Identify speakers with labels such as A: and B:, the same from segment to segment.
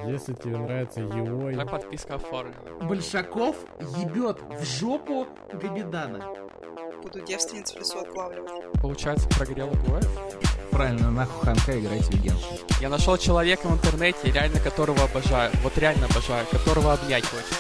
A: Если тебе нравится UI...
B: Моя подписка оформлена.
C: Большаков ебет в жопу Габидана.
D: Буду девственницу в лесу отлавливать.
B: Получается, прогорело двое?
C: Правильно, нахуй Ханка играйте в Геншин.
B: Я нашел человека в интернете, реально которого обожаю. Вот реально обожаю, которого обнять хочется.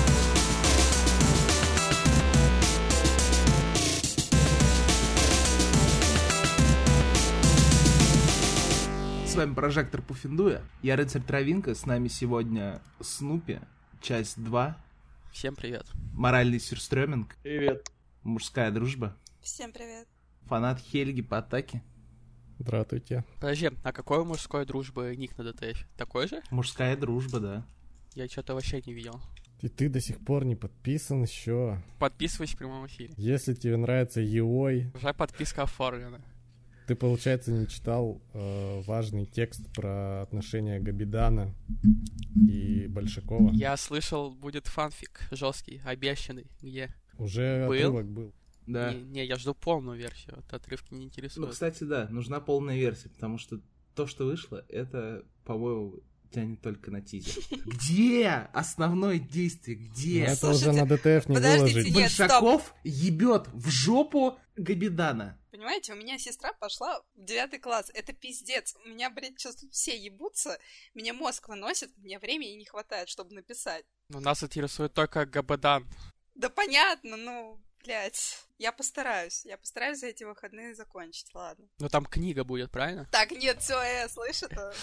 C: С вами Прожектор Пуффендуя. Я Рыцарь Травинка. С нами сегодня Снупи, часть 2.
B: Всем привет.
C: Моральный сюрстрёминг.
E: Привет.
C: Мужская дружба.
D: Всем привет.
C: Фанат Хельги по атаке.
A: Здравствуйте.
B: Подожди, а какой у мужской дружбы ник на ДТФ? Такой же?
C: Мужская дружба, да.
B: Я что-то вообще не видел.
A: И ты до сих пор не подписан еще.
B: Подписывайся в прямом эфире.
A: Если тебе нравится UI...
B: Уже подписка оформлена.
A: Ты, получается, не читал важный текст про отношения Габидана и Большакова?
B: Я слышал, будет фанфик жесткий, обещанный. Где?
A: Уже
B: Был?
A: отрывок был.
C: Да.
B: Не, я жду полную версию. Вот отрывки не интересуют.
C: Ну, кстати, да, нужна полная версия, потому что то, что вышло, это, по-моему, тянет только на тизер. Где основное действие? Где?
A: Это уже на ДТФ не
D: подождите,
A: выложить.
D: нет,
C: Большаков ебет в жопу Габидана.
D: Понимаете, у меня сестра пошла в 9 класс. Это пиздец. У меня, блядь, сейчас тут все ебутся. Меня мозг выносит, мне времени не хватает, чтобы написать.
B: Но нас интересует только Габадан.
D: Да понятно, ну, блядь. Я постараюсь за эти выходные закончить, ладно.
B: Но там книга будет, правильно?
D: Так, нет, все, слышь, это...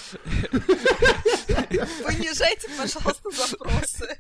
D: Понижайте, пожалуйста, запросы.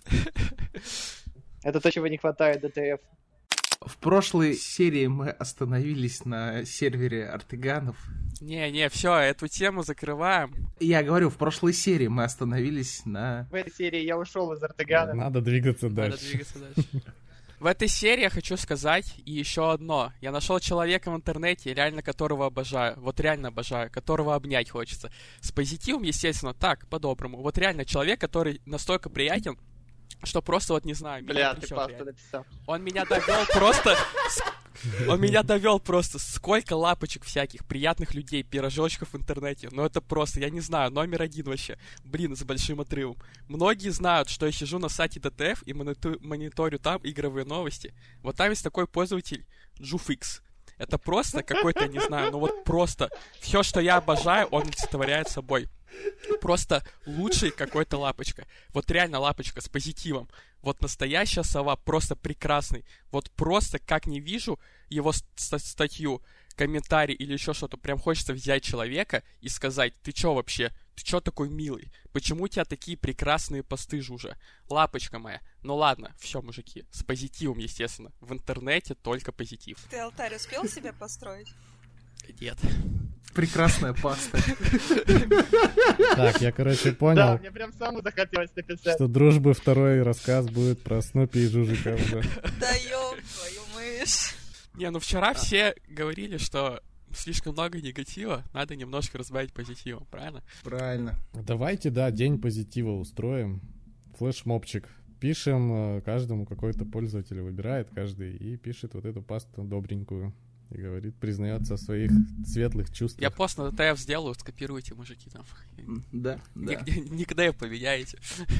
E: Это то, чего не хватает ДТФ.
C: В прошлой серии мы остановились на сервере Артеганов.
B: Не, все, эту тему закрываем.
C: Я говорю, в прошлой серии мы остановились на...
E: В этой серии я ушел из Артегана.
A: Надо двигаться
B: Надо
A: дальше.
B: двигаться дальше. В этой серии я хочу сказать и еще одно. Я нашел человека в интернете, реально которого обожаю. Вот реально обожаю, которого обнять хочется. С позитивом, естественно, так, по-доброму. Вот реально человек, который настолько приятен, что просто вот не знаю.
E: Бля, ты
B: трясёт
E: пасту
B: реально.
E: написал.
B: Он меня довел просто... Он меня довел просто. Сколько лапочек всяких, приятных людей, пирожочков в интернете. Ну это просто, я не знаю, номер один вообще. Блин, с большим отрывом. Многие знают, что я сижу на сайте ДТФ и мониторю там игровые новости. Вот там есть такой пользователь, JuFix. Это просто какой-то, не знаю, ну вот просто. Все, что я обожаю, он олицетворяет собой. Просто лучший какой-то лапочка. Вот реально лапочка с позитивом. Вот настоящая сова, просто прекрасный. Вот просто, как не вижу его статью, комментарий или еще что-то, прям хочется взять человека и сказать: ты чё вообще? Ты чё такой милый? Почему у тебя такие прекрасные посты, Жужа? Лапочка моя. Ну ладно, все, мужики, с позитивом, естественно. В интернете только позитив.
D: Ты алтарь успел себе построить?
B: Нет.
C: Прекрасная паста.
A: Так, я, короче,
E: Да,
A: понял,
E: мне прям самому захотелось написать.
A: что дружбы второй рассказ будет про Снупи и Жужика уже.
D: Да ёб твою мышь.
B: Не, ну вчера все говорили, что слишком много негатива, надо немножко разбавить позитивом, правильно?
C: Правильно.
A: Давайте, да, день позитива устроим. Флешмобчик. Пишем, каждому какой-то пользователь выбирает каждый и пишет вот эту пасту добренькую. И говорит, признается в своих светлых чувствах.
B: Я пост на ДТФ сделаю, скопируйте, мужики, там.
C: Да, да.
B: Никогда поменяете.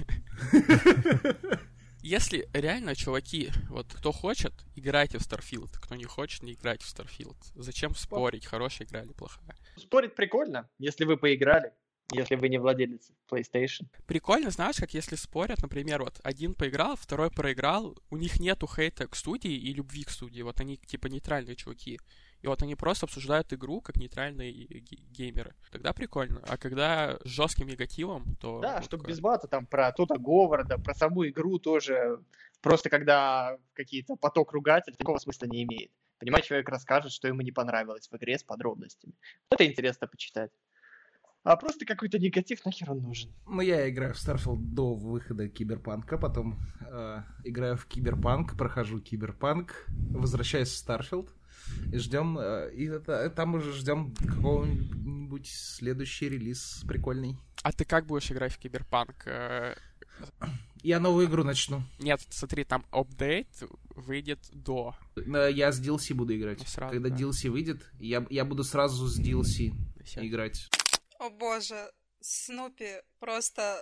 B: Если реально, чуваки, вот кто хочет, играйте в Starfield. Кто не хочет, не играйте в Starfield. Зачем спорить, хорошая игра или плохая?
E: Спорить прикольно, если вы поиграли, если вы не владелец PlayStation.
B: Прикольно, знаешь, как если спорят, например, вот один поиграл, второй проиграл, у них нету хейта к студии и любви к студии, вот они типа нейтральные чуваки. И вот они просто обсуждают игру как нейтральные геймеры. Тогда прикольно. А когда с жестким негативом, то...
E: Да,
B: ну,
E: чтобы
B: такое.
E: без мата, там, про Тота Говарда, про саму игру тоже. Просто когда какие-то поток ругательств, такого смысла не имеет. Понимаете, человек расскажет, что ему не понравилось в игре с подробностями. Это интересно почитать. А просто какой-то негатив нахер он нужен.
C: Ну, я играю в Starfield до выхода Киберпанка, потом играю в Киберпанк, прохожу Киберпанк, возвращаюсь в Starfield, и ждем, там уже ждем какого-нибудь следующий релиз прикольный.
B: А ты как будешь играть в Киберпанк?
C: Я новую игру начну.
B: Нет, смотри, там апдейт выйдет до.
C: Я с DLC буду играть.
B: Ну, сразу,
C: Когда
B: да.
C: DLC выйдет, я буду сразу с DLC играть.
D: О боже, Снупи просто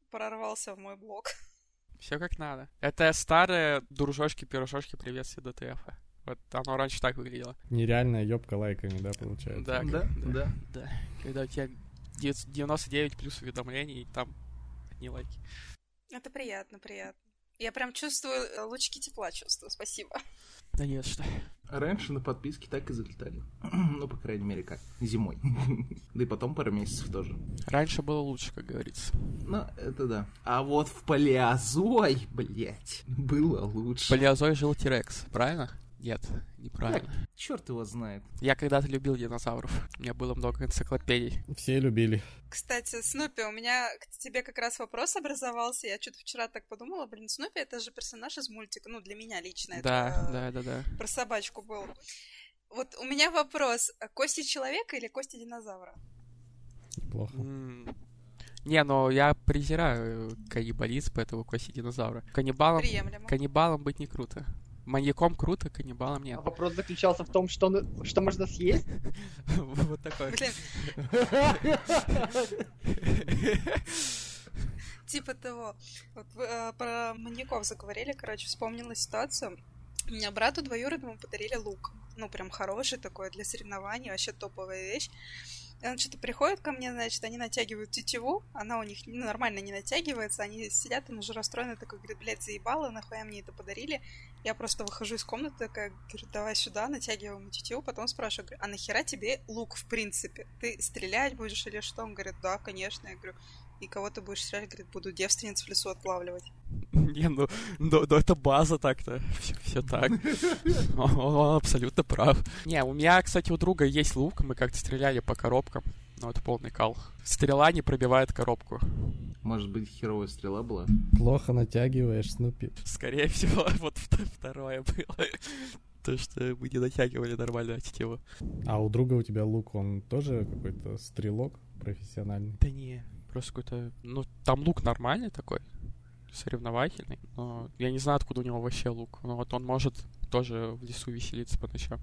D: прорвался в мой блог.
B: Все как надо. Это старые дружочки-пирожочки приветствия ДТФ. Вот оно раньше так выглядело.
A: Нереальная ёбка лайками, да, получается?
B: Да. Когда у тебя 99 плюс уведомлений, и там одни лайки.
D: Это приятно. Я прям чувствую, лучики тепла чувствую, спасибо.
B: Да нет, что.
C: Раньше на подписки так и залетали. Ну, по крайней мере, как? Зимой. Да и потом пару месяцев тоже.
B: Раньше было лучше, как говорится.
C: Ну, это да. А вот в Палеозой, блять, было лучше.
B: В Палеозой жил Тирекс, правильно? Нет, неправильно.
C: Черт его знает.
B: Я когда-то любил динозавров. У меня было много энциклопедий.
A: Все любили.
D: Кстати, Снупи, у меня к тебе как раз вопрос образовался. Я что-то вчера так подумала, Снупи — это же персонаж из мультика. Ну, для меня лично.
B: Да.
D: Про собачку был. Вот у меня вопрос. Кости человека или кости динозавра?
A: Плохо.
B: Не, но я презираю каннибализм, поэтому кости динозавра. Каннибалом быть не круто. Маньяком круто, каннибалом нет.
E: А вопрос заключался в том, что можно съесть?
B: Вот такой.
D: Блин. Типа того. Вот про маньяков заговорили, вспомнила ситуацию. У меня брату двоюродному подарили лук. Ну, прям хороший такой, для соревнований, вообще топовая вещь. И он что-то приходит ко мне, значит, они натягивают тетиву, она у них нормально не натягивается, они сидят, он уже расстроенный такой, говорит, блядь, заебало, нахуя мне это подарили. Я просто выхожу из комнаты, такая, говорю, давай сюда, натягиваем тетиву, потом спрашиваю, говорю, а нахера тебе лук, в принципе? Ты стрелять будешь или что? Он говорит, да, конечно. Я говорю, и кого ты будешь стрелять? Говорит, буду девственниц в лесу отлавливать.
B: Не, ну это база так-то. Все так. Он абсолютно прав. Не, у меня, кстати, у друга есть лук, мы как-то стреляли по коробкам. Ну, это полный кал. Стрела не пробивает коробку.
C: Может быть, херовая стрела была?
A: Плохо натягиваешь, Снупи.
B: Скорее всего, вот второе было. То, что мы не натягивали нормальную тетиву.
A: А у друга у тебя лук, он тоже какой-то стрелок профессиональный?
B: Да не, просто какой-то... Ну, там лук нормальный такой, соревновательный, но я не знаю, откуда у него вообще лук. Но вот он может тоже в лесу веселиться по ночам.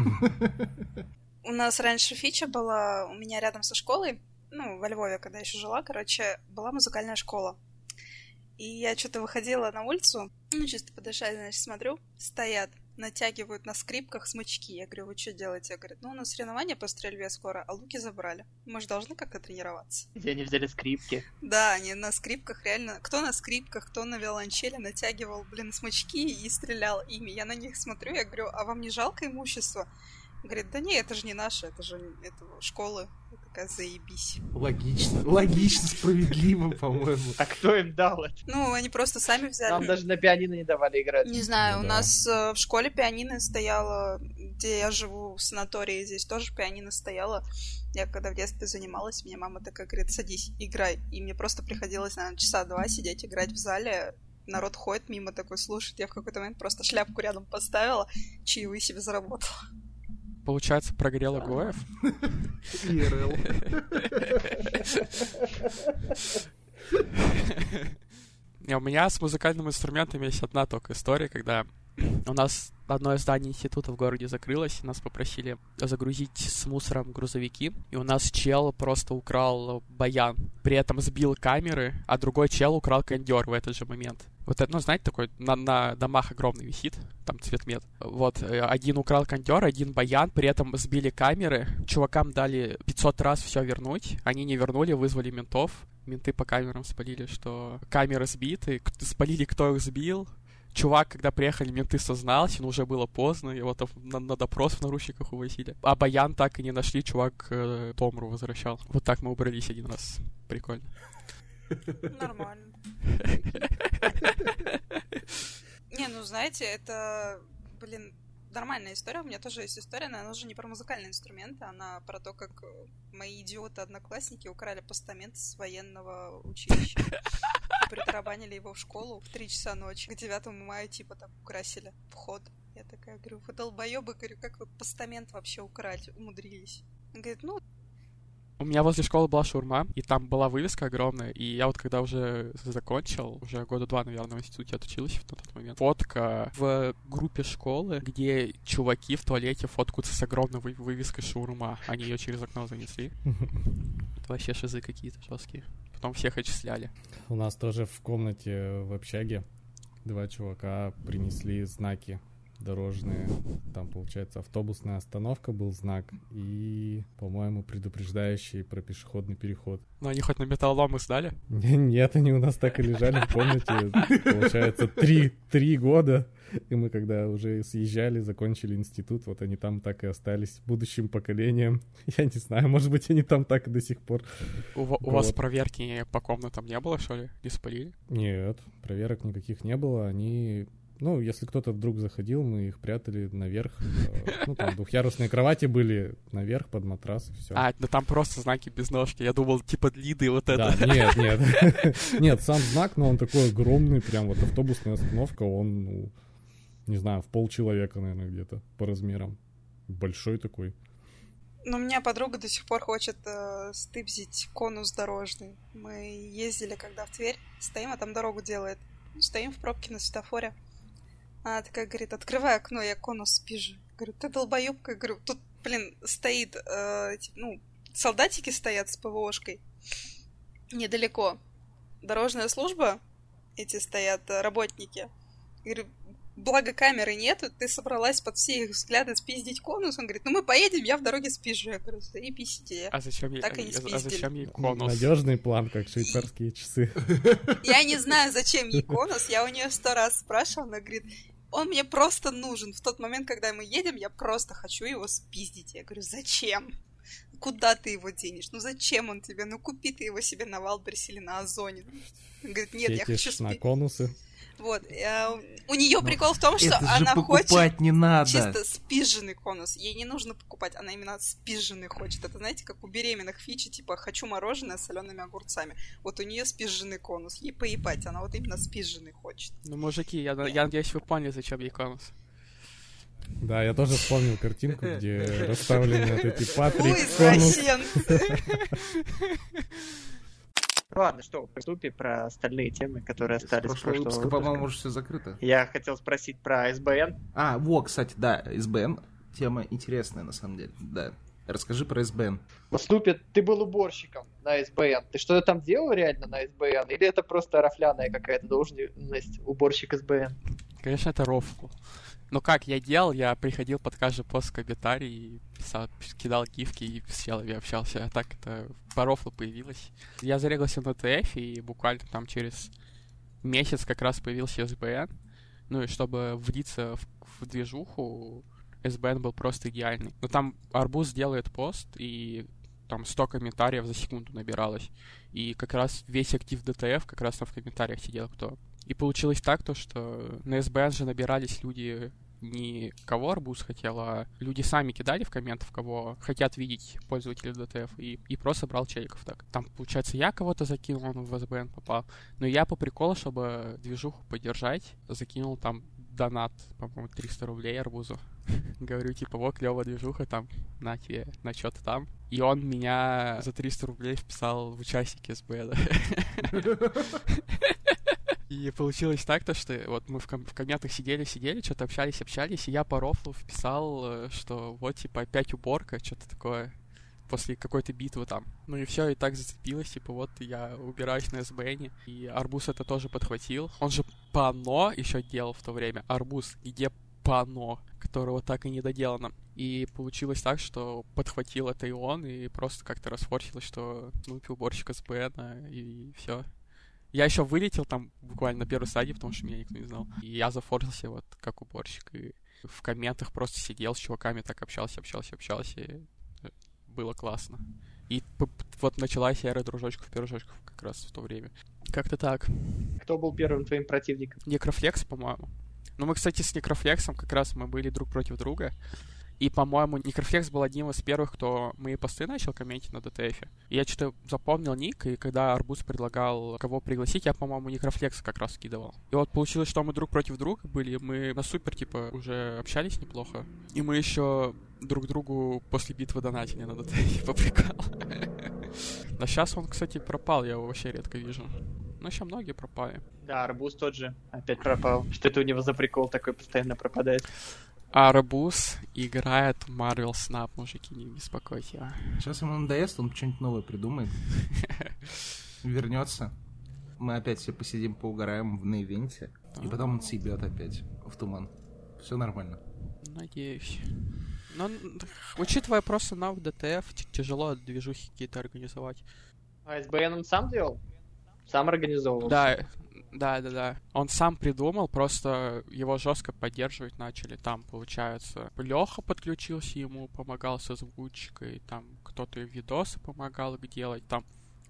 D: У нас раньше фича была, у меня рядом со школой, ну, во Львове, когда еще жила, была музыкальная школа. И я что-то выходила на улицу, чисто подышать, значит, смотрю, стоят, натягивают на скрипках смычки. Я говорю, вы что делаете? Я говорю, у нас соревнования по стрельбе скоро, а луки забрали. Мы же должны как-то тренироваться.
E: Где они взяли скрипки?
D: Да, они на скрипках реально... Кто на скрипках, кто на виолончели натягивал, смычки и стрелял ими. Я на них смотрю, я говорю, а вам не жалко имущество? Говорит, да не, это же не наше, это же школы. Я такая, заебись.
C: Логично, справедливо, по-моему.
E: А кто им дал это?
D: Ну, они просто сами взяли.
E: Нам даже на пианино не давали играть.
D: Не знаю,
A: Ну,
D: у
A: да.
D: нас в школе пианино стояло, где я живу, в санатории, здесь тоже пианино стояло. Я когда в детстве занималась, мне мама такая говорит, садись, играй. И мне просто приходилось, наверное, часа 2 сидеть, играть в зале. Народ ходит мимо, такой слушает. Я в какой-то момент просто шляпку рядом поставила, чаевые себе заработала.
B: Получается, прогрела Гоев.
C: ИРЛ.
B: У меня с музыкальными инструментами есть одна только история, когда у нас одно из зданий института в городе закрылось, нас попросили загрузить с мусором грузовики, и у нас чел просто украл баян, при этом сбил камеры, а другой чел украл кондёр в этот же момент. Вот это, знаете, такой на домах огромный висит, там цветмет. Вот, один украл кондёр, один баян, при этом сбили камеры, чувакам дали 500 раз все вернуть, они не вернули, вызвали ментов, менты по камерам спалили, что камеры сбиты, спалили, кто их сбил. Чувак, когда приехали, менты сознался, но уже было поздно, его там на допрос в наручниках увозили. А баян так и не нашли, чувак Томру возвращал. Вот так мы убрались один раз. Прикольно.
D: Нормально. Не, знаете, это, нормальная история. У меня тоже есть история, но она уже не про музыкальные инструменты, она про то, как мои идиоты-одноклассники украли постамент с военного училища. Притарабанили его в школу в 3 часа ночи. К 9 мая, так украсили вход. Я такая говорю, вы долбоёбы, говорю, как вы постамент вообще украли, умудрились? Он говорит,
B: У меня возле школы была шаурма, и там была вывеска огромная, и я вот когда уже закончил, уже 2 года, наверное, в институте отучился в тот момент, фотка в группе школы, где чуваки в туалете фоткаются с огромной вывеской шаурма. Они ее через окно занесли. Это вообще шизы какие-то жесткие. Потом всех отчисляли.
A: У нас тоже в комнате в общаге 2 чувака принесли знаки дорожные. Там, получается, автобусная остановка был знак и, по-моему, предупреждающий про пешеходный переход.
B: Ну, они хоть на металлоломы сдали?
A: Нет, они у нас так и лежали в комнате, получается, 3 года. И мы, когда уже съезжали, закончили институт, вот они там так и остались будущим поколением. Я не знаю, может быть, они там так и до сих пор.
B: У вас проверки по комнатам не было, что ли? Не спалили?
A: Нет, проверок никаких не было. Они... Ну, если кто-то вдруг заходил, мы их прятали наверх. Ну, там двухъярусные кровати были наверх под матрас, и все.
B: А, да там просто знаки без ножки. Я думал, типа длинные вот это.
A: Да, нет. Нет, сам знак, но он такой огромный, прям вот автобусная остановка, он, ну, не знаю, в полчеловека, наверное, где-то по размерам. Большой такой.
D: Ну, у меня подруга до сих пор хочет стыбзить конус дорожный. Мы ездили, когда в Тверь, стоим, а там дорогу делает. Стоим в пробке на светофоре. Она такая говорит, открывай окно, я конус спижу. Говорю, ты долбоёбка. Говорю, тут, блин, стоит, солдатики стоят с ПВОшкой недалеко. Дорожная служба, эти стоят работники. Говорю, благо камеры нету, ты собралась под все их взгляды спиздить конус. Он говорит, ну мы поедем, я в дороге спижу. Я говорю, заебись идея.
B: А зачем ей конус?
A: Надежный план, как швейцарские часы.
D: Я не знаю, зачем ей конус. Я у нее 100 раз спрашивала, она говорит, он мне просто нужен. В тот момент, когда мы едем, я просто хочу его спиздить. Я говорю, зачем? Куда ты его денешь? Ну зачем он тебе? Ну купи ты его себе на Валберсе или на Озоне. Он говорит, нет, я хочу
A: спиздить. На конусы.
D: Вот. У нее прикол в том, что она хочет
C: не надо.
D: Чисто спизженный конус. Ей не нужно покупать, она именно спизженный хочет. Это, знаете, как у беременных фичи, типа, хочу мороженое с солеными огурцами. Вот у нее спизженный конус. Ей поебать, она вот именно спизженный хочет.
B: Ну, мужики, я надеюсь, вы поняли, зачем ей конус.
A: Да, я тоже вспомнил картинку, где расставлены вот эти Патрик,
D: извращенцы.
E: Ладно, что, приступим про остальные темы, которые остались с прошлого выпуска.
C: По-моему, уже все закрыто.
E: Я хотел спросить про СБН.
C: Кстати, да, СБН. Тема интересная, на самом деле, да. Расскажи про СБН.
E: Ступит, ты был уборщиком на СБН. Ты что-то там делал реально на СБН? Или это просто рафляная какая-то должность уборщик СБН?
B: Конечно, это рофл. Но как я делал, я приходил под каждый пост в комментарий и писал, кидал гифки и с челами общался. А так это по рофлу появилось. Я зарегался на ТФ, и буквально там через месяц как раз появился СБН. Ну и чтобы влиться в движуху, СБН был просто идеальный. Но там Арбуз делает пост, и там 100 комментариев за секунду набиралось. И как раз весь актив ДТФ как раз там в комментариях сидел кто. И получилось так, то, что на СБН же набирались люди не кого Арбуз хотел, а люди сами кидали в комментах, кого хотят видеть пользователи ДТФ, и просто брал челиков так. Там, получается, я кого-то закинул, он в СБН попал. Но я по приколу, чтобы движуху поддержать, закинул там донат, по-моему, 300 рублей Арбузу. Говорю, типа, вот, клёвая движуха, там, на тебе, на что-то там. И он меня за 300 рублей вписал в участники СБН. И получилось так, то, что вот мы в комментах сидели, что-то общались, и я по рофлу вписал, что вот, типа, опять уборка, что-то такое, после какой-то битвы там. Ну и все, и так зацепилось, типа, вот я убираюсь на СБНе, и Арбуз это тоже подхватил. Он же пано еще делал в то время. Арбуз, где пано, которого так и не доделано. И получилось так, что подхватил это и он, и просто как-то расфорсилось, что Снупи уборщик СБНа, и все. Я еще вылетел там буквально на первой стадии, потому что меня никто не знал. И я зафорсился вот как уборщик. И в комментах просто сидел с чуваками, так общался. И было классно. И вот началась эра дружочков-пирожочков как раз в то время. Как-то так.
E: Кто был первым твоим противником?
B: Некрофлекс, по-моему. Ну, мы, кстати, с Некрофлексом как раз мы были друг против друга. И, по-моему, Некрофлекс был одним из первых, кто мои посты начал комментить на ДТФе. И я что-то запомнил ник, и когда Арбуз предлагал кого пригласить, я, по-моему, Некрофлекса как раз скидывал. И вот получилось, что мы друг против друга были, мы на супер, типа, уже общались неплохо. И мы еще друг другу после битвы донатили на ДТФе по приколу. А сейчас он, кстати, пропал, я его вообще редко вижу. Ну, еще многие пропали.
E: Да, Арбуз тот же опять пропал. Что это у него за прикол такой постоянно пропадает?
B: Арбуз играет Marvel Snap, мужики, не беспокойтесь его.
C: Сейчас ему надоест, он что-нибудь новое придумает. Вернется. Мы опять все посидим, поугараем на ивенте, и потом он съебет опять в туман. Все нормально.
B: Надеюсь. Но, учитывая просто навык ДТФ, тяжело движухи какие-то организовать.
E: А СБН он сам делал? Сам организовывал?
B: Да. Он сам придумал, просто его жестко поддерживать начали. Там, получается, Леха подключился ему, помогал с озвучкой, там кто-то видосы помогал их делать, там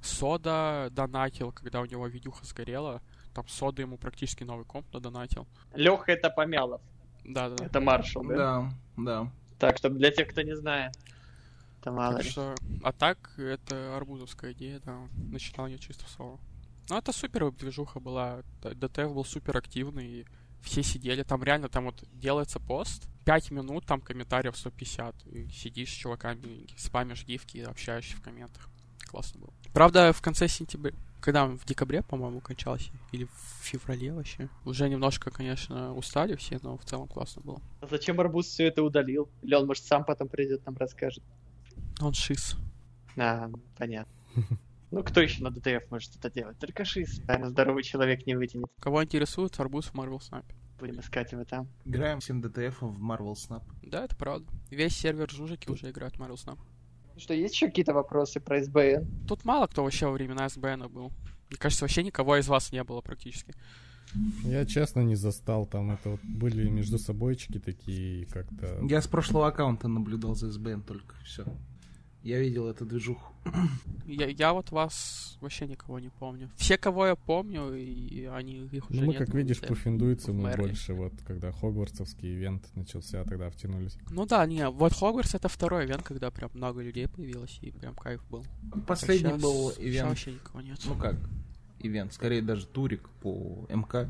B: Сода донатил, когда у него видюха сгорела, там Сода ему практически новый комп донатил.
E: Леха это Помялов.
B: Да.
E: Это маршал, да?
C: Да.
E: Так, чтобы для тех, кто не знает. Это мало
B: Так
E: ли.
B: что, а так, это арбузовская идея, да. Начинал я чисто в соло. Ну, это супер движуха была. ДТФ был супер активный, и все сидели. Там реально, там вот делается пост, 5 минут, там комментариев 150. И сидишь с чуваками, спамишь гифки, общаешься в комментах. Классно было. Правда, в конце сентября, когда он в декабре, по-моему, кончался, или в феврале вообще, уже немножко, конечно, устали все, но в целом классно было.
E: А зачем Арбуз все это удалил? Или он, может, сам потом придет, нам расскажет?
B: Он шиз.
E: Понятно. Ну, кто еще на ДТФ может это делать? Только шиз. Наверное, здоровый человек не вытянет.
B: Кого интересует арбуз в Marvel Snap?
E: Будем искать его там.
C: Играем всем ДТФом в Marvel Snap.
B: Да, это правда. Весь сервер Жужики уже играет в Marvel Snap.
E: Что, есть еще какие-то вопросы про СБН?
B: Тут мало кто вообще во времена СБН был. Мне кажется, вообще никого из вас не было практически.
A: Я, честно, не застал. Там это вот были между собойчики такие как-то...
C: Я с прошлого аккаунта наблюдал за СБН только, все. Я видел эту движуху.
B: Я вот вас вообще никого не помню. Все, кого я помню, и они их уже
A: Ну, мы,
B: нет.
A: как видишь, пуффиндуйцы мы
B: Мерли.
A: больше, вот, когда хогвартсовский ивент начался, тогда втянулись.
B: Ну да, не, вот Хогвартс это второй ивент, когда прям много людей появилось, и прям кайф был.
C: Последний
B: Щас-
C: был
B: щас
C: ивент.
B: вообще никого нет.
C: Ну как? Ивент. Скорее даже турик по МК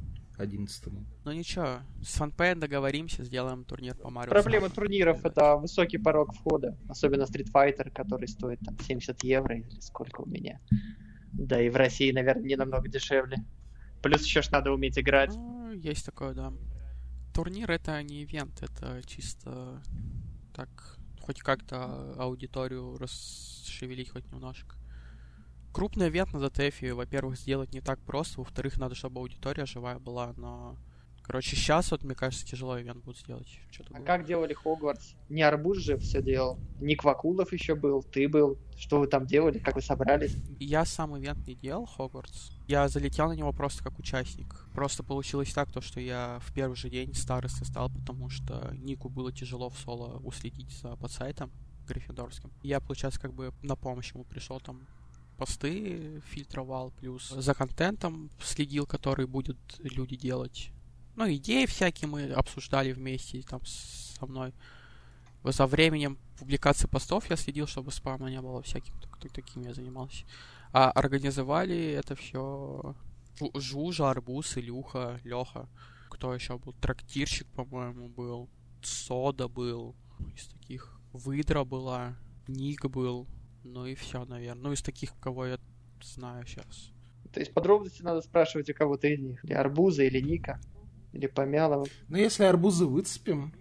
C: 11-му.
B: Ну ничего, с фанпэем договоримся, сделаем турнир по Марио.
E: Проблема турниров — это высокий порог входа. Особенно Street Fighter, который стоит там 70 евро или сколько у меня. Да и в России, наверное, не намного дешевле. Плюс еще ж надо уметь играть.
B: Ну, есть такое, да. Турнир это не ивент, это чисто так, хоть как-то аудиторию расшевелить хоть немножко. Крупный ивент на ДТФ, во-первых, сделать не так просто, во-вторых, надо, чтобы аудитория живая была, но... Короче, сейчас вот, мне кажется, тяжело ивент будет сделать. Что-то
E: А
B: будет.
E: как делали Хогвартс? Не Арбуз же все делал. Ник Вакулов еще был, ты был. Что вы там делали? Как вы собрались?
B: Я сам ивент не делал, Хогвартс. Я залетел на него просто как участник. Просто получилось так, то, что я в первый же день старостой стал, потому что Нику было тяжело в соло уследить за подсайтом гриффиндорским. Я, получается, как бы на помощь ему пришел, там посты фильтровал, плюс за контентом следил, который будут люди делать. Ну, идеи всякие мы обсуждали вместе там со мной. За временем публикации постов я следил, чтобы спама не было всяким, таким я занимался. А организовали это все Жужа, Арбуз, Илюха, Леха. Кто еще был? Трактирщик, по-моему, был. Сода был. Из таких. Выдра была. Ник был. Ну и все, наверное. Ну, из таких, кого я знаю сейчас.
E: То есть подробности надо спрашивать у кого-то из них. Или Арбуза, или Ника, или Помялова.
C: Ну, если арбузы выцепим...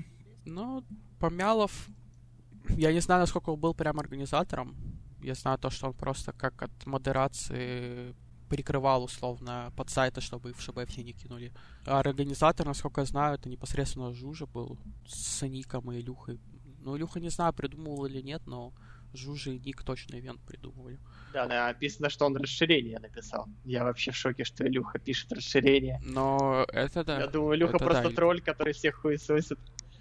B: Ну, Помялов... Я не знаю, насколько он был прям организатором. Я знаю то, что он просто как от модерации прикрывал условно под сайты, чтобы в ШБ все не кинули. А организатор, насколько я знаю, это непосредственно Жужа был с Ником и Илюхой. Ну, Илюха не знаю, придумывал или нет, но Жужа и Ник точно ивент придумывали.
E: Да, написано, что он расширение написал. Я вообще в шоке, что Илюха пишет расширение.
B: Но это да.
E: Я думаю, Илюха
B: это
E: просто
B: да.
E: тролль, который всех хуесосит.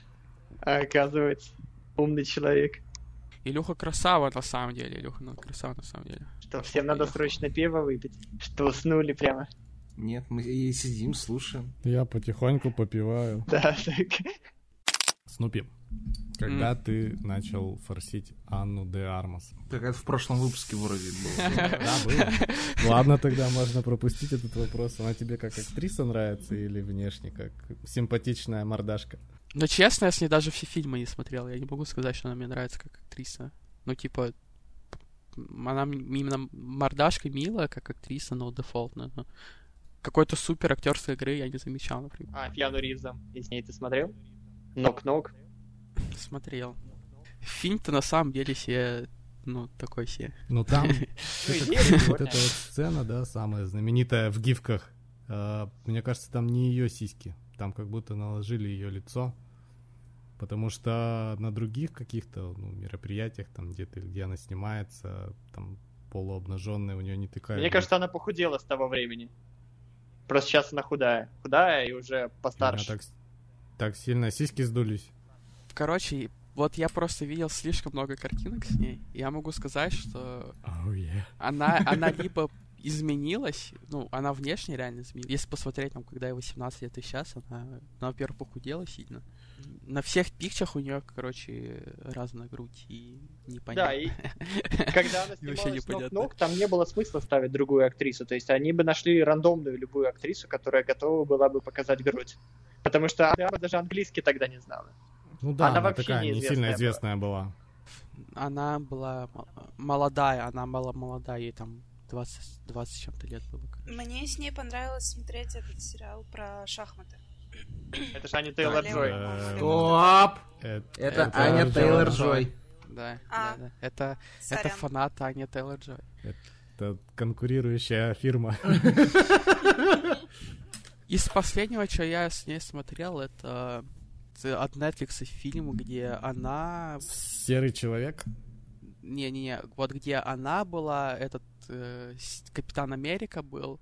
E: А оказывается, умный человек.
B: Илюха красава на самом деле. Красава на самом деле.
E: Что, всем надо срочно пиво выпить? Что, уснули прямо?
C: Нет, мы и сидим, слушаем.
A: Я потихоньку попиваю.
E: Да, так.
A: Снупи, когда ты начал форсить Анну де Армас?
C: Так это в прошлом выпуске вроде было.
A: Да, было. Ладно, тогда можно пропустить этот вопрос. Она тебе как актриса нравится или внешне как симпатичная мордашка?
B: Но честно, я с ней даже все фильмы не смотрел. Я не могу сказать, что она мне нравится как актриса. Ну, типа, она именно мордашка милая, как актриса, но дефолтно. Но какой-то супер актерской игры я не замечал, например.
E: А, Киану Ривзом. И с ней ты смотрел? Нок-нок.
B: Смотрел. Фильм-то на самом деле себе ну, такой себе.
A: Ну там
E: Ну, идея
A: вот
E: прикольная.
A: эта вот сцена, да, самая знаменитая в гифках. Мне кажется, там не ее сиськи. Там как будто наложили ее лицо. Потому что на других каких-то мероприятиях, там где она снимается, там полуобнаженная, у нее не такая.
E: Мне кажется, она похудела с того времени. Просто сейчас она худая. Худая и уже
A: у
E: постарше.
A: меня так сильно сиськи сдулись.
B: Короче, вот я просто видел слишком много картинок с ней. Я могу сказать, что она либо изменилась, ну, она внешне реально изменилась. Если посмотреть, там, когда ей 18 лет и сейчас, она, во-первых, похудела сильно. На всех пикчах у нее, короче, разная грудь и непонятно.
E: Да, и когда она
B: И вообще
E: снималась
B: непонятно.
E: «Нок-нок», там не было смысла ставить другую актрису. То есть они бы нашли рандомную любую актрису, которая готова была бы показать грудь. Потому что она даже английский тогда не знала.
A: Ну да,
E: Она
A: она
E: вообще
A: такая не
E: неизвестная
A: сильно
E: была.
A: известная была.
B: Она была молодая, она была молодая, ей там 20 с чем-то лет было. короче.
D: Мне с ней понравилось смотреть этот сериал про шахматы.
E: Это же Аня Тейлор-Джой.
C: Стоп!
A: Это
C: Это Аня Тейлор-Джой.
B: Да,
D: А,
B: да. Это
D: Сорян.
B: фанат Ани Тейлор-Джой.
A: Это конкурирующая фирма.
B: Из последнего, что я с ней смотрел, это от Netflix фильм, где она...
A: Серый человек.
B: Не-не-не, вот где она была, этот Капитан Америка был.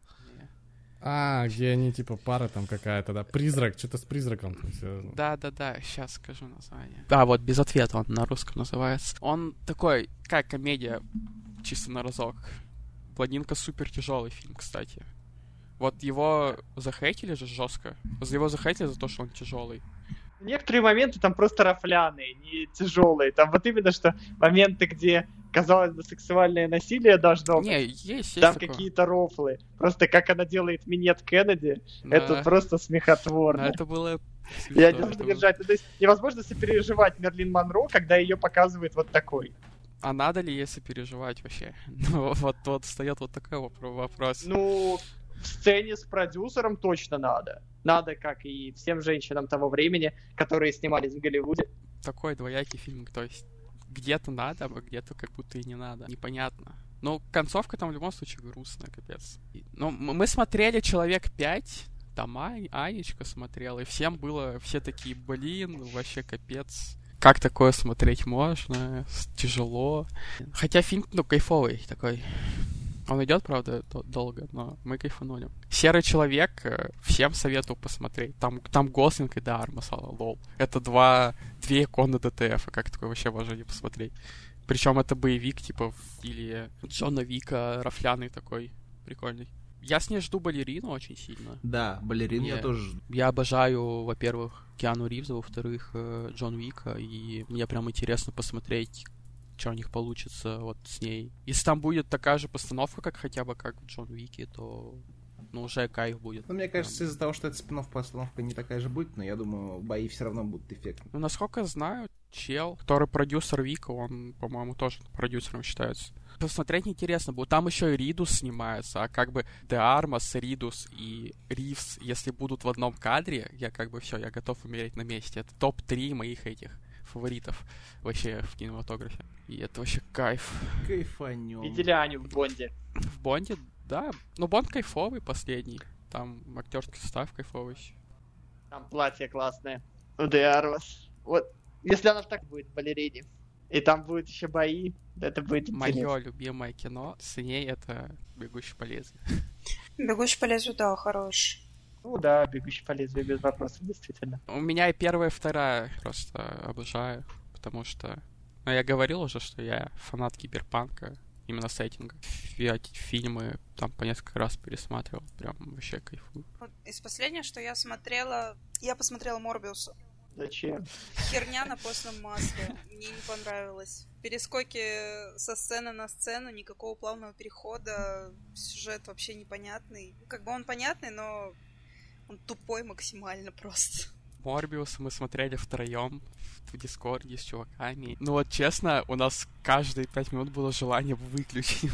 A: Где они типа пара там какая-то, да. Призрак, что-то с призраком. там связано.
B: Да-да-да, сейчас скажу название. Да, вот «Без ответа» он на русском называется. Он такой, как комедия, чисто на разок. «Блондинка» супер тяжелый фильм, кстати. Вот его захейтили же жестко. Его захейтили за то, что он тяжелый.
E: Некоторые моменты там просто рафляные, не тяжелые. Там вот именно что моменты, где, казалось бы, сексуальное насилие должно быть.
B: Не, есть
E: Там
B: такое.
E: какие-то рофлы. Просто как она делает минет Кеннеди,
B: Да.
E: это просто смехотворно.
B: Это было...
E: Я
B: смешно,
E: не могу
B: это было.
E: держать. Ну, то есть невозможно сопереживать Мерлин Монро, когда ее показывают вот такой.
B: А надо ли, если переживать вообще? Ну, вот встает вот такой вопрос.
E: Ну, в сцене с продюсером точно надо. Надо, как и всем женщинам того времени, которые снимались в Голливуде.
B: Такой двоякий фильм, то есть где-то надо, а где-то как будто и не надо. Непонятно. Ну, концовка там в любом случае грустная, капец. Ну, мы смотрели «Человек 5», там Анечка смотрела, и всем было, все такие, блин, вообще капец. Как такое смотреть можно? Тяжело. Хотя фильм, ну, кайфовый такой. Он идет, правда, долго, но мы кайфанули. «Серый человек» всем советую посмотреть. Там Гослинг и Армас, лол. Это две иконы ДТФ, как такое вообще можно не посмотреть. Причем это боевик, типа, в стиле Джона Вика, рафляный такой, прикольный. Я с ней жду балерину очень сильно.
C: Да, балерин я
B: Я-
C: тоже жду.
B: Я обожаю, во-первых, Киану Ривза, во-вторых, Джон Вика, и мне прям интересно посмотреть, что у них получится вот с ней. Если там будет такая же постановка, как хотя бы как в Джон Вике, то ну, уже кайф будет.
C: Ну, мне кажется, из-за того, что это спин-офф постановка не такая же будет, но я думаю, бои все равно будут эффектны.
B: Ну, насколько я знаю, чел, который продюсер Вика, он, по-моему, тоже продюсером считается. Посмотреть интересно будет. Там еще и Ридус снимается, а как бы Де Армас, Ридус и Ривз, если будут в одном кадре, я как бы все, я готов умереть на месте. Это топ-3 моих этих фаворитов вообще в кинематографе. И это вообще кайф.
C: Кайфанем.
E: Видели Аню в Бонде?
B: В Бонде, да. Ну, Бонд кайфовый последний. Там актерский состав кайфовый.
E: Там платье классное. У Де Армас. Вот, если она так будет в балерине, и там будут еще бои, это будет интересно.
B: Мое любимое кино с ней это «Бегущий по лезвию».
D: «Бегущий по лезвию», да, хорош.
E: Ну да, «Бегущий по лезвию» без вопросов, действительно.
B: У меня и первая, и вторая просто обожаю, потому что... Ну, я говорил уже, что я фанат киберпанка, именно сеттинга. Фильмы там по несколько раз пересматривал, прям вообще кайфую.
D: Вот из последнего, что я смотрела... Я посмотрела «Морбиуса».
E: Зачем?
D: Херня на постном масле. Мне не понравилось. Перескоки со сцены на сцену, никакого плавного перехода, сюжет вообще непонятный. Как бы он понятный, но он тупой максимально просто.
B: Морбиуса мы смотрели втроем в Дискорде с чуваками. Ну вот честно, у нас каждые 5 минут было желание выключить.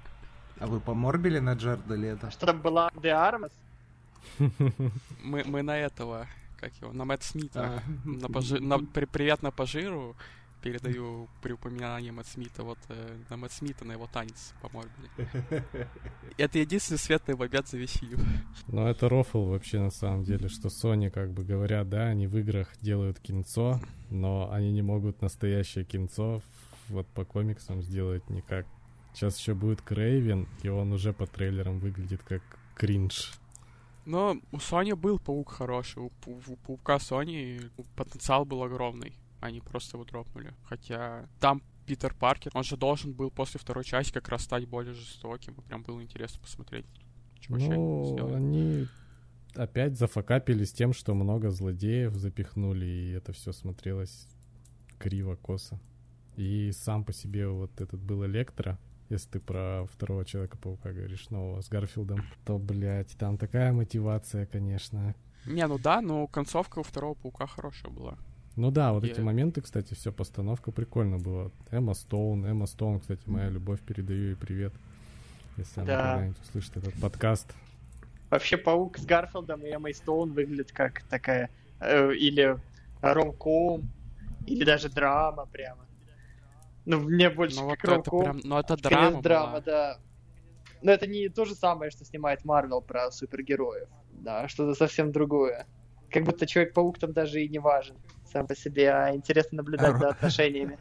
C: А вы поморбили на Джарда Лето?
E: Что там была Де Армас?
B: Мы на этого, как его, на Мэтт Смита.
C: А.
B: Привет на пожиру передаю при упоминании Мэтт Смита на Мэтт Смита, на его танец по морде. Это единственный светлый момент за весь фильм.
A: Но это рофл вообще на самом деле, что Sony как бы говорят, да, они в играх делают кинцо, но они не могут настоящее кинцо вот по комиксам сделать никак. Сейчас еще будет Крейвен, и он уже по трейлерам выглядит как кринж.
B: Но у Sony был паук хороший, у паука Sony потенциал был огромный. Они просто его дропнули. Хотя там Питер Паркер, он же должен был после второй части как раз стать более жестоким. И прям было интересно посмотреть, что вообще они сделали.
A: Они опять зафакапились тем, что много злодеев запихнули, и это все смотрелось криво, косо. И сам по себе вот этот был Электро, если ты про второго Человека-паука говоришь, нового, с Гарфилдом, то, блядь, там такая мотивация, конечно.
B: Не, ну да, но концовка у второго Паука хорошая была.
A: Ну да, вот эти моменты, кстати, все, постановка прикольно была. Эмма Стоун, кстати, моя любовь, передаю ей привет, если она когда-нибудь услышит этот подкаст.
E: Вообще, Паук с Гарфилдом и Эммой Стоун выглядит как такая или ромком, или даже драма прямо. Ну, мне больше
B: ну,
E: как
B: вот
E: ромком.
B: Это прям, ну, это драма
E: драма, да. Но это не то же самое, что снимает Марвел про супергероев. Да, что-то совсем другое. Как будто Человек-паук там даже и не важен сам по себе, а интересно наблюдать за отношениями.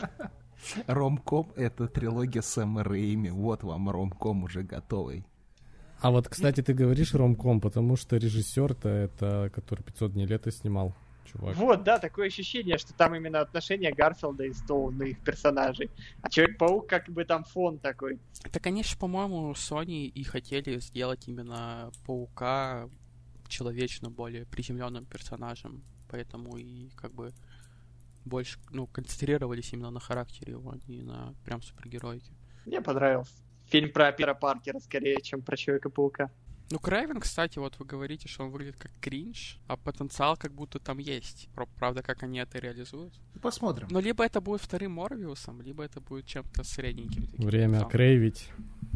F: Ромком — это трилогия Сэма Рэйми. Вот вам ромком уже готовый.
A: А вот, кстати, ты говоришь ромком, потому что режиссер-то это, который 500 дней лета снимал, чувак.
E: Вот, да, такое ощущение, что там именно отношения Гарфилда и Стоуна, их персонажей. А Человек-паук как бы там фон такой.
B: Это, конечно, по-моему, Sony и хотели сделать именно Паука человечно более приземленным персонажем. Поэтому и как бы больше, концентрировались именно на характере его, а не на прям супергеройке.
E: Мне понравился фильм про Питера Паркера скорее, чем про Человека-паука.
B: Ну, Крейвен, кстати, вот вы говорите, что он выглядит как кринж, а потенциал как будто там есть. Правда, как они это реализуют.
C: Посмотрим.
B: Но либо это будет вторым Морбиусом, либо это будет чем-то средненьким.
A: Время крейвить.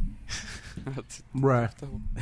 F: Бра.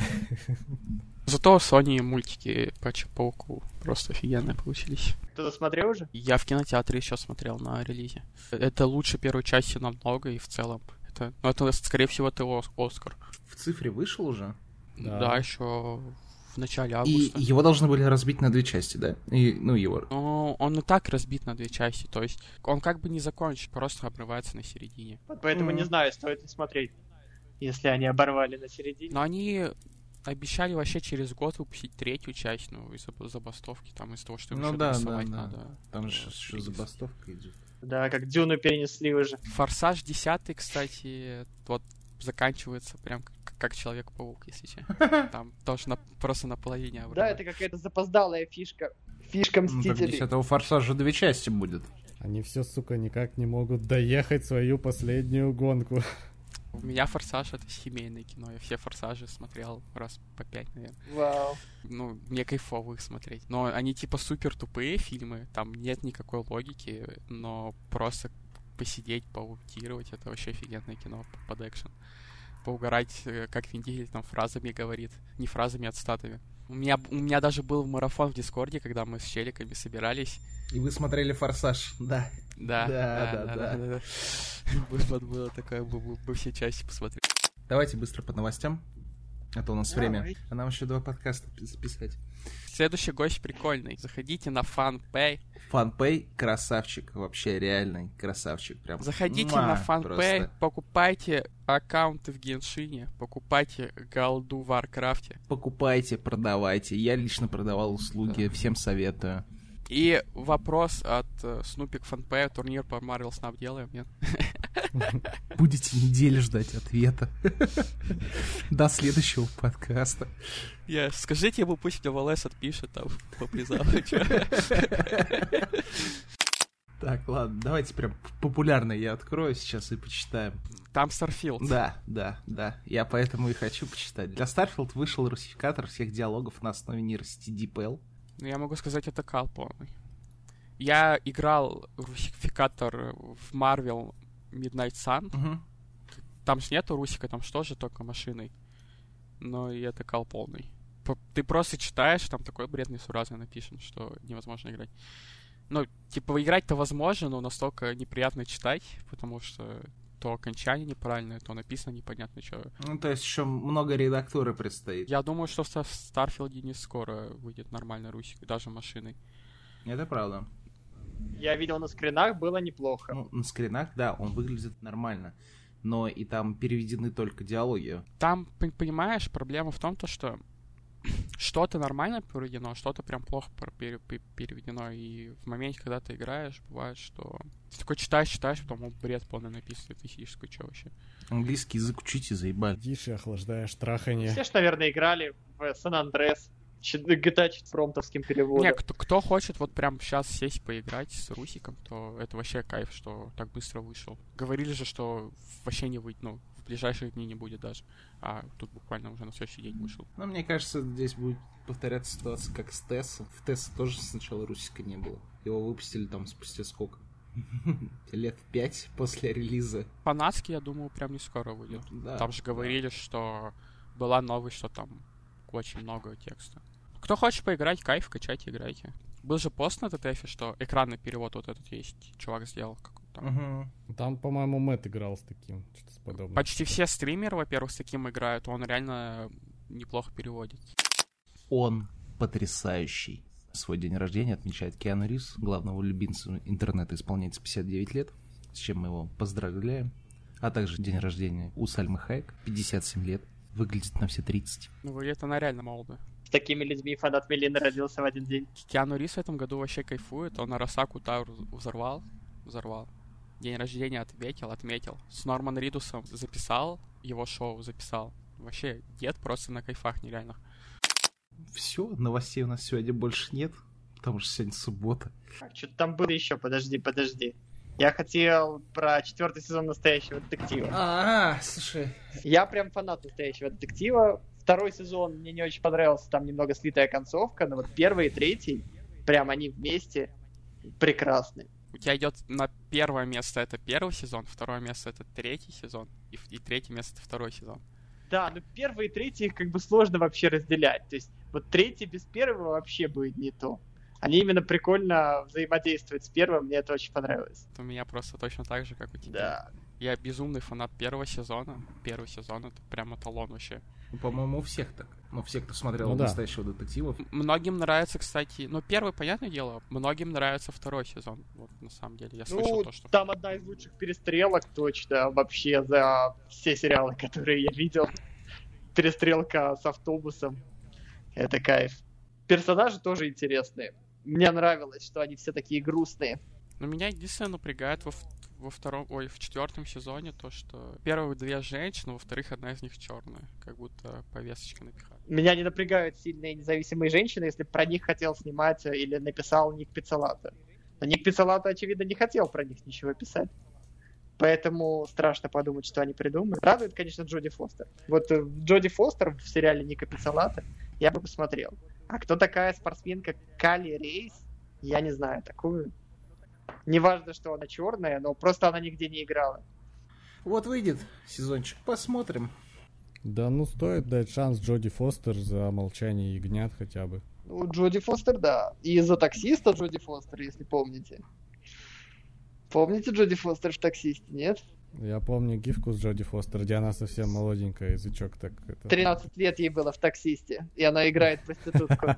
B: Зато Sony мультики по Пауку просто офигенные получились.
E: Кто-то смотрел уже?
B: Я в кинотеатре еще смотрел на релизе. Это лучше первой части намного, и в целом. Это скорее всего, это Оскар.
C: В цифре вышел уже?
B: Да, еще в начале августа.
C: И его должны были разбить на 2 части, да? Его.
B: Ну, он и так разбит на 2 части, то есть он как бы не закончен, просто обрывается на середине.
E: Поэтому не знаю, стоит ли смотреть, если они оборвали на середине.
B: Но они обещали вообще через год выпустить 3-ю часть, из-за забастовки, там, из-за того, что им рисовать надо.
C: Там же еще забастовка идет.
E: Да, как Дюну перенесли уже.
B: Форсаж 10, кстати, вот заканчивается прям как Человек-паук, если честно. Там тоже просто наполовине обрывают.
E: Да, это какая-то запоздалая фишка. Фишка Мстителей.
F: Так 10-го Форсажа 2 части будет.
A: Они все, сука, никак не могут доехать свою последнюю гонку.
B: У меня «Форсаж» — это семейное кино. Я все «Форсажи» смотрел раз по 5, наверное.
E: Вау.
B: Мне кайфово их смотреть. Но они типа супер тупые фильмы, там нет никакой логики, но просто посидеть, поутировать — это вообще офигенное кино под экшен. Поугарать, как Вин Дизель там фразами говорит. Не фразами, а цитатами. У меня даже был марафон в Дискорде, когда мы с челиками собирались.
C: И вы смотрели «Форсаж», да.
B: Да. Было такое, мы все части посмотрели.
C: Давайте быстро по новостям, а то у нас время. А нам еще 2 подкаста записать.
B: Следующий гость прикольный. Заходите на FanPay.
C: FanPay красавчик, вообще реальный красавчик. Прям.
B: Заходите на FanPay, покупайте аккаунты в Геншине, покупайте голду в Варкрафте.
C: Покупайте, продавайте. Я лично продавал услуги, всем советую.
B: И вопрос от Снупи к FanPay. Турнир по Marvel Snap делаем, нет?
F: Будете неделю ждать ответа. До следующего подкаста.
B: Скажите ему, пусть мне в ЛС отпишет там по призам.
C: Так, ладно, давайте прям популярно я открою сейчас и почитаем.
B: Там Starfield.
C: Да. Я поэтому и хочу почитать. Для Starfield вышел русификатор всех диалогов на основе нейросети DeepL.
B: Ну, я могу сказать, это кал полный. Я играл русификатор в Marvel Midnight Sun.
C: Угу.
B: Там же нету русика, там что же, только машиной. Но и это кал полный. Ты просто читаешь, там такой бред несуразный напишен, что невозможно играть. Ну, типа, играть-то возможно, но настолько неприятно читать, потому что то окончание неправильное, то написано непонятно что.
C: Ну, то есть еще много редактуры предстоит.
B: Я думаю, что в Старфилде не скоро выйдет нормальный русик, даже машиной.
C: Это правда.
E: Я видел на скринах, было неплохо.
C: Ну, на скринах, да, он выглядит нормально. Но и там переведены только диалоги.
B: Там, понимаешь, проблема в том, что что-то нормально переведено, что-то прям плохо переведено. И в моменте, когда ты играешь, бывает, что ты такой читаешь, потом бред полный написан, и ты сидишь такой, чё вообще?
C: Английский язык учите, заебали.
A: Сидишь и охлаждаешь траханье.
E: Все ж, наверное, играли в Сан-Андрес. GTA с промтовским переводом.
B: Не, кто хочет вот прям сейчас сесть поиграть с русиком, то это вообще кайф, что так быстро вышел. Говорили же, что вообще не выйдет, ну, в ближайшие дни не будет даже. А тут буквально уже на следующий день вышел.
C: Ну, мне кажется, здесь будет повторяться ситуация, как с Тесса. В Тесса тоже сначала русика не было. Его выпустили там спустя сколько? Лет 5 после релиза.
B: Фанатский, я думаю, прям не скоро выйдет.
C: Да,
B: Там же говорили, что была новость, что там очень много текста. Кто хочет поиграть, кайф, качайте, играйте. Был же пост на ТТФе, что экранный перевод вот этот есть. Чувак сделал какой-то.
A: Там, по-моему, Мэтт играл с таким, что-то с подобным.
B: Почти все стримеры, во-первых, с таким играют. Он реально неплохо переводит.
C: Он потрясающий. Свой день рождения отмечает Киану Ривз, главного любимца интернета, исполняется 59 лет, с чем мы его поздравляем. А также день рождения у Сальмы Хайек, 57 лет, выглядит на все 30.
B: Ну, выглядит она реально молодо.
E: С такими людьми фанат Мелины родился в один день.
B: Киану Ривз в этом году вообще кайфует. Он Арасаку Тауэр взорвал. День рождения отметил. С Норман Ридусом записал, его шоу записал. Вообще, дед просто на кайфах нереальных.
C: Все, новостей у нас сегодня больше нет, потому что сегодня суббота.
E: Что-то там было еще, подожди. Я хотел про 4-й сезон «Настоящего детектива».
C: Слушай.
E: Я прям фанат «Настоящего детектива». 2-й сезон мне не очень понравился, там немного слитая концовка, но вот 1-й и 3-й, прям они вместе прекрасны.
B: У тебя идет на первое место это 1-й сезон, второе место это 3-й сезон, и 3-е место это 2-й сезон.
E: Да, но 1-й и 3-й их как бы сложно вообще разделять. То есть вот 3-й без 1-го вообще будет не то. Они именно прикольно взаимодействуют с 1-м, мне это очень понравилось.
B: Это у меня просто точно так же, как у тебя.
E: Да.
B: Я безумный фанат 1-го сезона. 1-й сезон это прям эталон вообще.
C: Ну, по-моему, у всех так. Ну, все, кто смотрел
A: Ну да.
C: «Настоящего детектива».
B: Многим нравится, кстати, ну, 1-й, понятное дело, многим нравится 2-й сезон. Вот, на самом деле, я слышал то, что...
E: Там одна из лучших перестрелок точно вообще за все сериалы, которые я видел. Перестрелка с автобусом. Это кайф. Персонажи тоже интересные. Мне нравилось, что они все такие грустные.
B: Но меня единственное напрягает в 4-м сезоне то, что первых 2 женщины, во-вторых, одна из них черная. Как будто повесточка напихали.
E: Меня не напрягают сильные независимые женщины, если про них хотел снимать или написал Ник Пиццолато. Но Ник Пиццолато, очевидно, не хотел про них ничего писать. Поэтому страшно подумать, что они придумают. Радует, конечно, Джоди Фостер. Вот Джоди Фостер в сериале Ника Пиццолато я бы посмотрел. А кто такая спортсменка Калли Рейс? Я не знаю такую. Неважно, что она черная, но просто она нигде не играла.
C: Вот выйдет сезончик, посмотрим.
A: Да, ну стоит дать шанс Джоди Фостер за «Молчание ягнят» хотя бы.
E: Ну, Джоди Фостер, да. И за таксиста Джоди Фостер, если помните. Помните Джоди Фостер в «Таксисте», нет?
A: Я помню гифку с Джоди Фостер, где она совсем молоденькая, язычок так...
E: 13 лет ей было в «Таксисте», и она играет проститутку.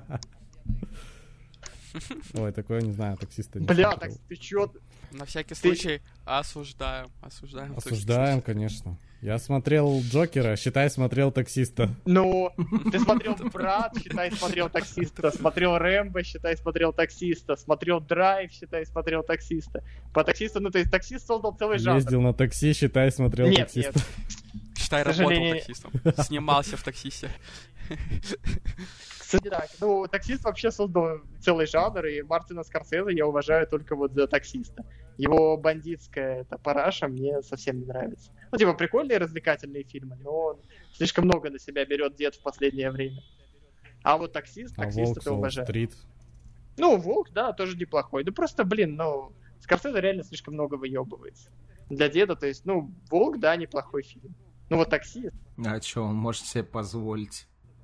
A: Ой, такое не знаю, таксиста не
E: Бля,
A: смотрел.
E: так ты чё?
B: На всякий случай осуждаем.
A: Осуждаем, конечно. Я смотрел Джокера, считай, смотрел таксиста.
E: Ну, ты смотрел «Брат», считай, смотрел «Таксиста», смотрел «Рэмбо», считай, смотрел «Таксиста», смотрел «Драйв», считай, смотрел «Таксиста». По «Таксисту», ну, то есть «Таксист» создал целый жанр.
A: Ездил на такси, считай, смотрел
E: Нет,
A: таксиста.
B: Считай,
E: К
B: работал
E: сожалению.
B: таксистом. Снимался в «Таксисте».
E: Кстати, так, ну, «Таксист» вообще создал целый жанр, и Мартина Скорсезе я уважаю только вот за «Таксиста». Его бандитская эта параша мне совсем не нравится. Ну, типа, прикольные развлекательные фильмы, но он слишком много на себя берет дед в последнее время. А вот «Таксист»
A: А
E: «Таксист»
A: Волк
E: это
A: с
E: уважаю.
A: Уолл-стрит.
E: Ну, «Волк», да, тоже неплохой. Ну, просто, блин, ну, Скорсезе реально слишком много выебывается. Для деда, то есть, ну, «Волк», да, неплохой фильм. Ну, вот «Таксист».
C: А чё, он может себе позволить?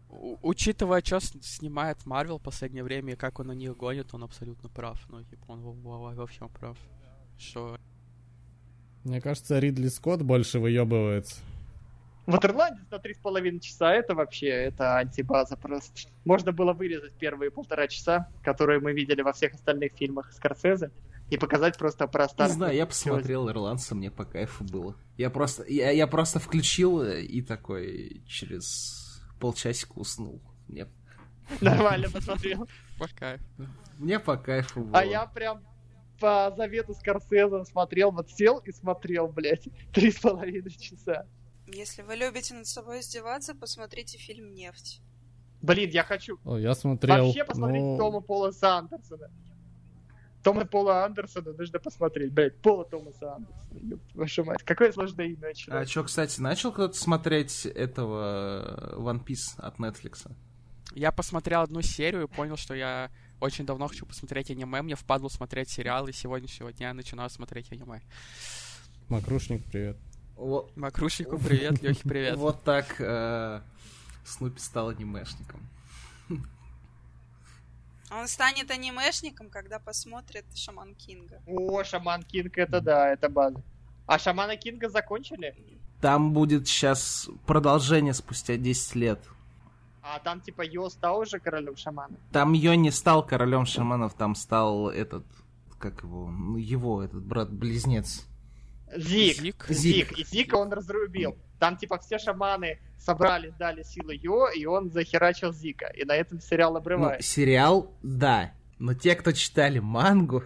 B: Учитывая, что снимает Марвел в последнее время и как он на них гонит, он абсолютно прав. Ну, типа, он во всем прав. Что...
A: Мне кажется, Ридли Скотт больше выебывается.
E: Вот «Ирландец» на 3,5 часа, это вообще, это антибаза просто. Можно было вырезать первые 1,5 часа, которые мы видели во всех остальных фильмах Скорсезе, и показать просто про
F: Не
E: старт.
F: знаю, я посмотрел «Ирландца», мне по кайфу было. Я просто включил и такой через полчасика уснул.
E: Нормально посмотрел.
B: По кайфу.
F: Мне по кайфу было.
E: А я прям по завету Скорсезе смотрел, вот сел и смотрел, блядь, 3,5 часа.
D: Если вы любите над собой издеваться, посмотрите фильм «Нефть».
E: Блин, я хочу
A: О, я смотрел.
E: вообще посмотреть Тома Полоса Андерсона. Тома Пола Андерсона нужно посмотреть, блядь, Пола Томаса Андерсона, ёпта вашу мать. Какое сложное имя.
F: А чё, кстати, начал кто-то смотреть этого One Piece от Netflix?
B: Я посмотрел одну серию и понял, что я очень давно хочу посмотреть аниме. Мне впадло смотреть сериалы, и с сегодняшнего дня я начинаю смотреть аниме.
A: Макрушник, привет.
B: Макрушнику привет, Лёхе привет.
F: Вот так Снупи стал анимешником.
D: Он станет анимешником, когда посмотрит Шаман Кинга.
E: О, Шаман Кинг, это да, это база. А Шамана Кинга закончили?
F: Там будет сейчас продолжение спустя 10 лет.
E: А там типа Йо стал уже королем шаманов?
F: Там Йо не стал королем шаманов, там стал этот, как его, ну, его этот брат-близнец.
E: Зик. И Зика он разрубил. Там типа все шаманы собрались, дали силы Йо, и он захерачил Зика. И на этом сериал
F: Ну,
E: обрывает.
F: сериал, да. Но те, кто читали мангу...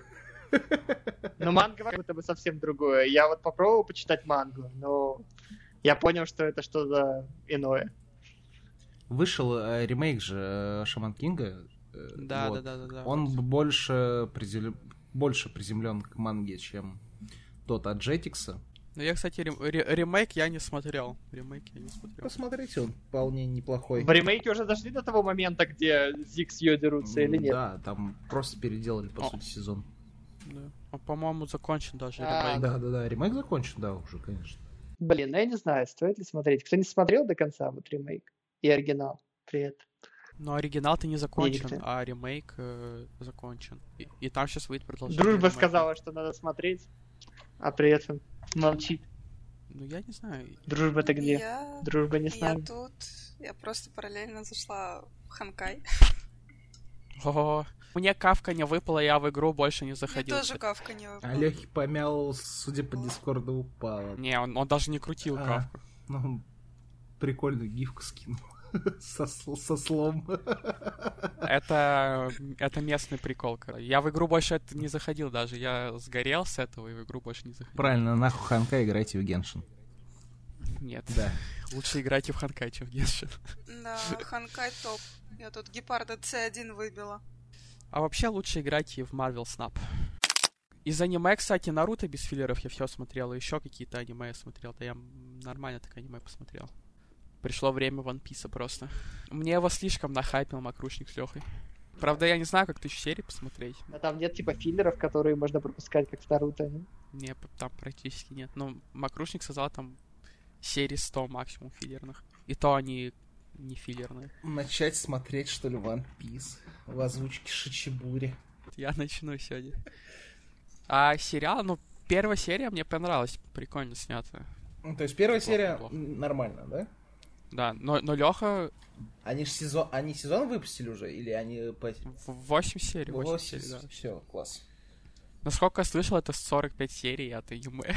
E: Но манга как будто бы совсем другое. Я вот попробовал почитать мангу, но я понял, что это что-то иное.
F: Вышел ремейк же Шаман Кинга.
B: Да.
F: Он больше приземлен к манге, чем тот от Джетикса.
B: Ну, я, кстати, ремейк я не смотрел.
F: Посмотрите, он вполне неплохой.
E: В ремейке уже дошли до того момента, где Зик с Йо дерутся или нет?
F: Да, там просто переделали, по сути, сезон.
B: Да. Он, по-моему, закончен даже
E: А,
B: ремейк.
F: Да, ремейк закончен, да, уже, конечно.
E: Блин, ну я не знаю, стоит ли смотреть. Кто не смотрел до конца вот ремейк и оригинал? Привет.
B: Но оригинал-то не закончен,
E: Видите?
B: а ремейк закончен. И там сейчас выйдет продолжение.
E: Дружба
B: ремейка.
E: сказала, что надо смотреть, а при этом молчит.
B: Ну, я не знаю.
E: Дружба-то где?
D: Я...
E: Дружба не с
D: Я
E: нами.
D: тут... Я просто параллельно зашла в Ханкай.
B: О, мне кавка не выпала, я в игру больше не
D: Мне
B: заходил.
D: тоже кавка не выпала.
F: А Лёхи помял, судя по Дискорду, упало.
B: Не, он даже не крутил кавку.
F: Ну, прикольную гифку скинул. Со слом.
B: Это местный прикол, короче. Я в игру больше не заходил даже. Я сгорел с этого и в игру больше не заходил.
F: Правильно, нахуй Ханка играйте в Геншин.
B: Нет.
F: Да.
B: Лучше играйте в Ханкай, чем в Геншин.
D: Да, Ханкай топ. Я тут Гепарда C1 выбила.
B: А вообще лучше играйте в Marvel Snap. Из аниме, кстати, Наруто без филлеров я все смотрел, и еще какие-то аниме я смотрел. Да я нормально так аниме посмотрел. Пришло время One Piece просто. Мне его слишком нахайпил Макрушник с Лехой. Правда, я не знаю, как 1000 серий посмотреть.
E: А там нет типа филлеров, которые можно пропускать, как в Наруто, не?
B: Не, там практически нет. Ну, Макрушник сказал, там серии 100 максимум филлерных. И то они не филлерные.
F: Начать смотреть, что ли, One Piece в озвучке Шичибури.
B: Я начну сегодня. А сериал, ну, первая серия мне понравилась. Прикольно снято.
F: Ну, то есть первая серия
B: Плохо.
F: нормально, да?
B: Да, но Леха
F: Они сезон выпустили уже? Или они по...
B: 8 серий. 8 серий, да.
F: Все, класс.
B: Насколько я слышал, это 45 серий от аниме.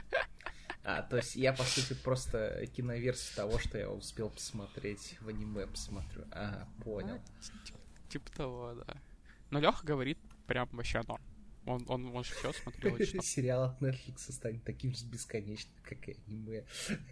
F: А, то есть я, по сути, просто киноверсию того, что я успел посмотреть в аниме, посмотрю. Ага, понял.
B: Типа того, да. Но Леха говорит прям вообще норм. Он же все смотрел и читал.
F: Сериал от Netflix станет таким же бесконечным, как и аниме.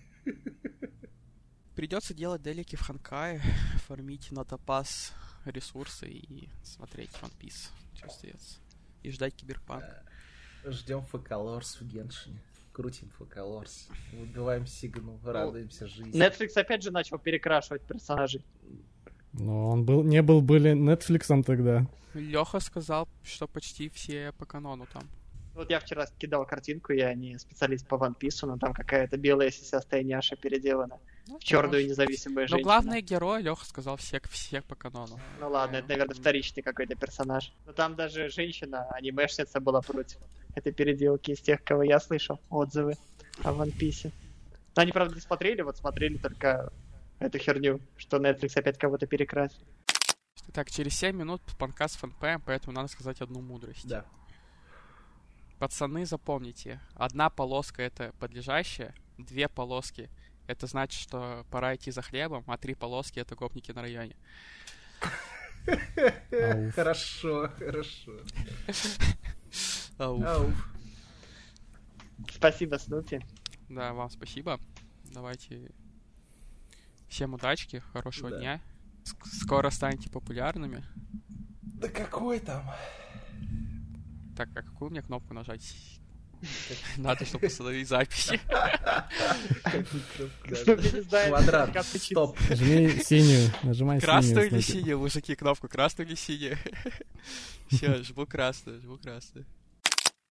B: Придется делать делики в Ханкае, фармить на топаз ресурсы и смотреть One Piece. Что остается. И ждать Киберпанк.
F: Ждем Фокалорс в Геншине. Крутим Фокалорс. Выбиваем сигну, радуемся жизни.
E: Netflix опять же начал перекрашивать персонажей.
A: Но он были Netflixом тогда.
B: Леха сказал, что почти все по канону там.
E: Вот я вчера кидал картинку, я не специалист по One Piece, но там какая-то белая сисястая няша переделана. в черную независимая
B: Но
E: женщина.
B: главный герой, Леха сказал, все по канону.
E: Ну ладно, это, наверное, вторичный какой-то персонаж. Но там даже женщина, анимешница была против этой переделки из тех, кого я слышал, отзывы о One Piece. Но они, правда, не смотрели, вот смотрели только эту херню, что Netflix опять кого-то перекрасил.
B: Так, через 7 минут подкаст ФНП, поэтому надо сказать одну мудрость.
F: Да.
B: Пацаны, запомните, одна полоска — это подлежащая, 2 полоски — это значит, что пора идти за хлебом, а 3 полоски — это гопники на районе.
F: Хорошо.
B: Ауф.
E: Спасибо, Снупи.
B: Да, вам спасибо. Давайте всем удачки, хорошего дня. Скоро станете популярными.
F: Да какой там?
B: Так, а какую мне кнопку нажать? Надо, чтобы остановить записи.
F: Квадрат, стоп.
A: Жми синюю, нажимай
B: Красную или
A: синюю.
B: синюю, мужики, кнопку красную или синюю? Все, жму красную.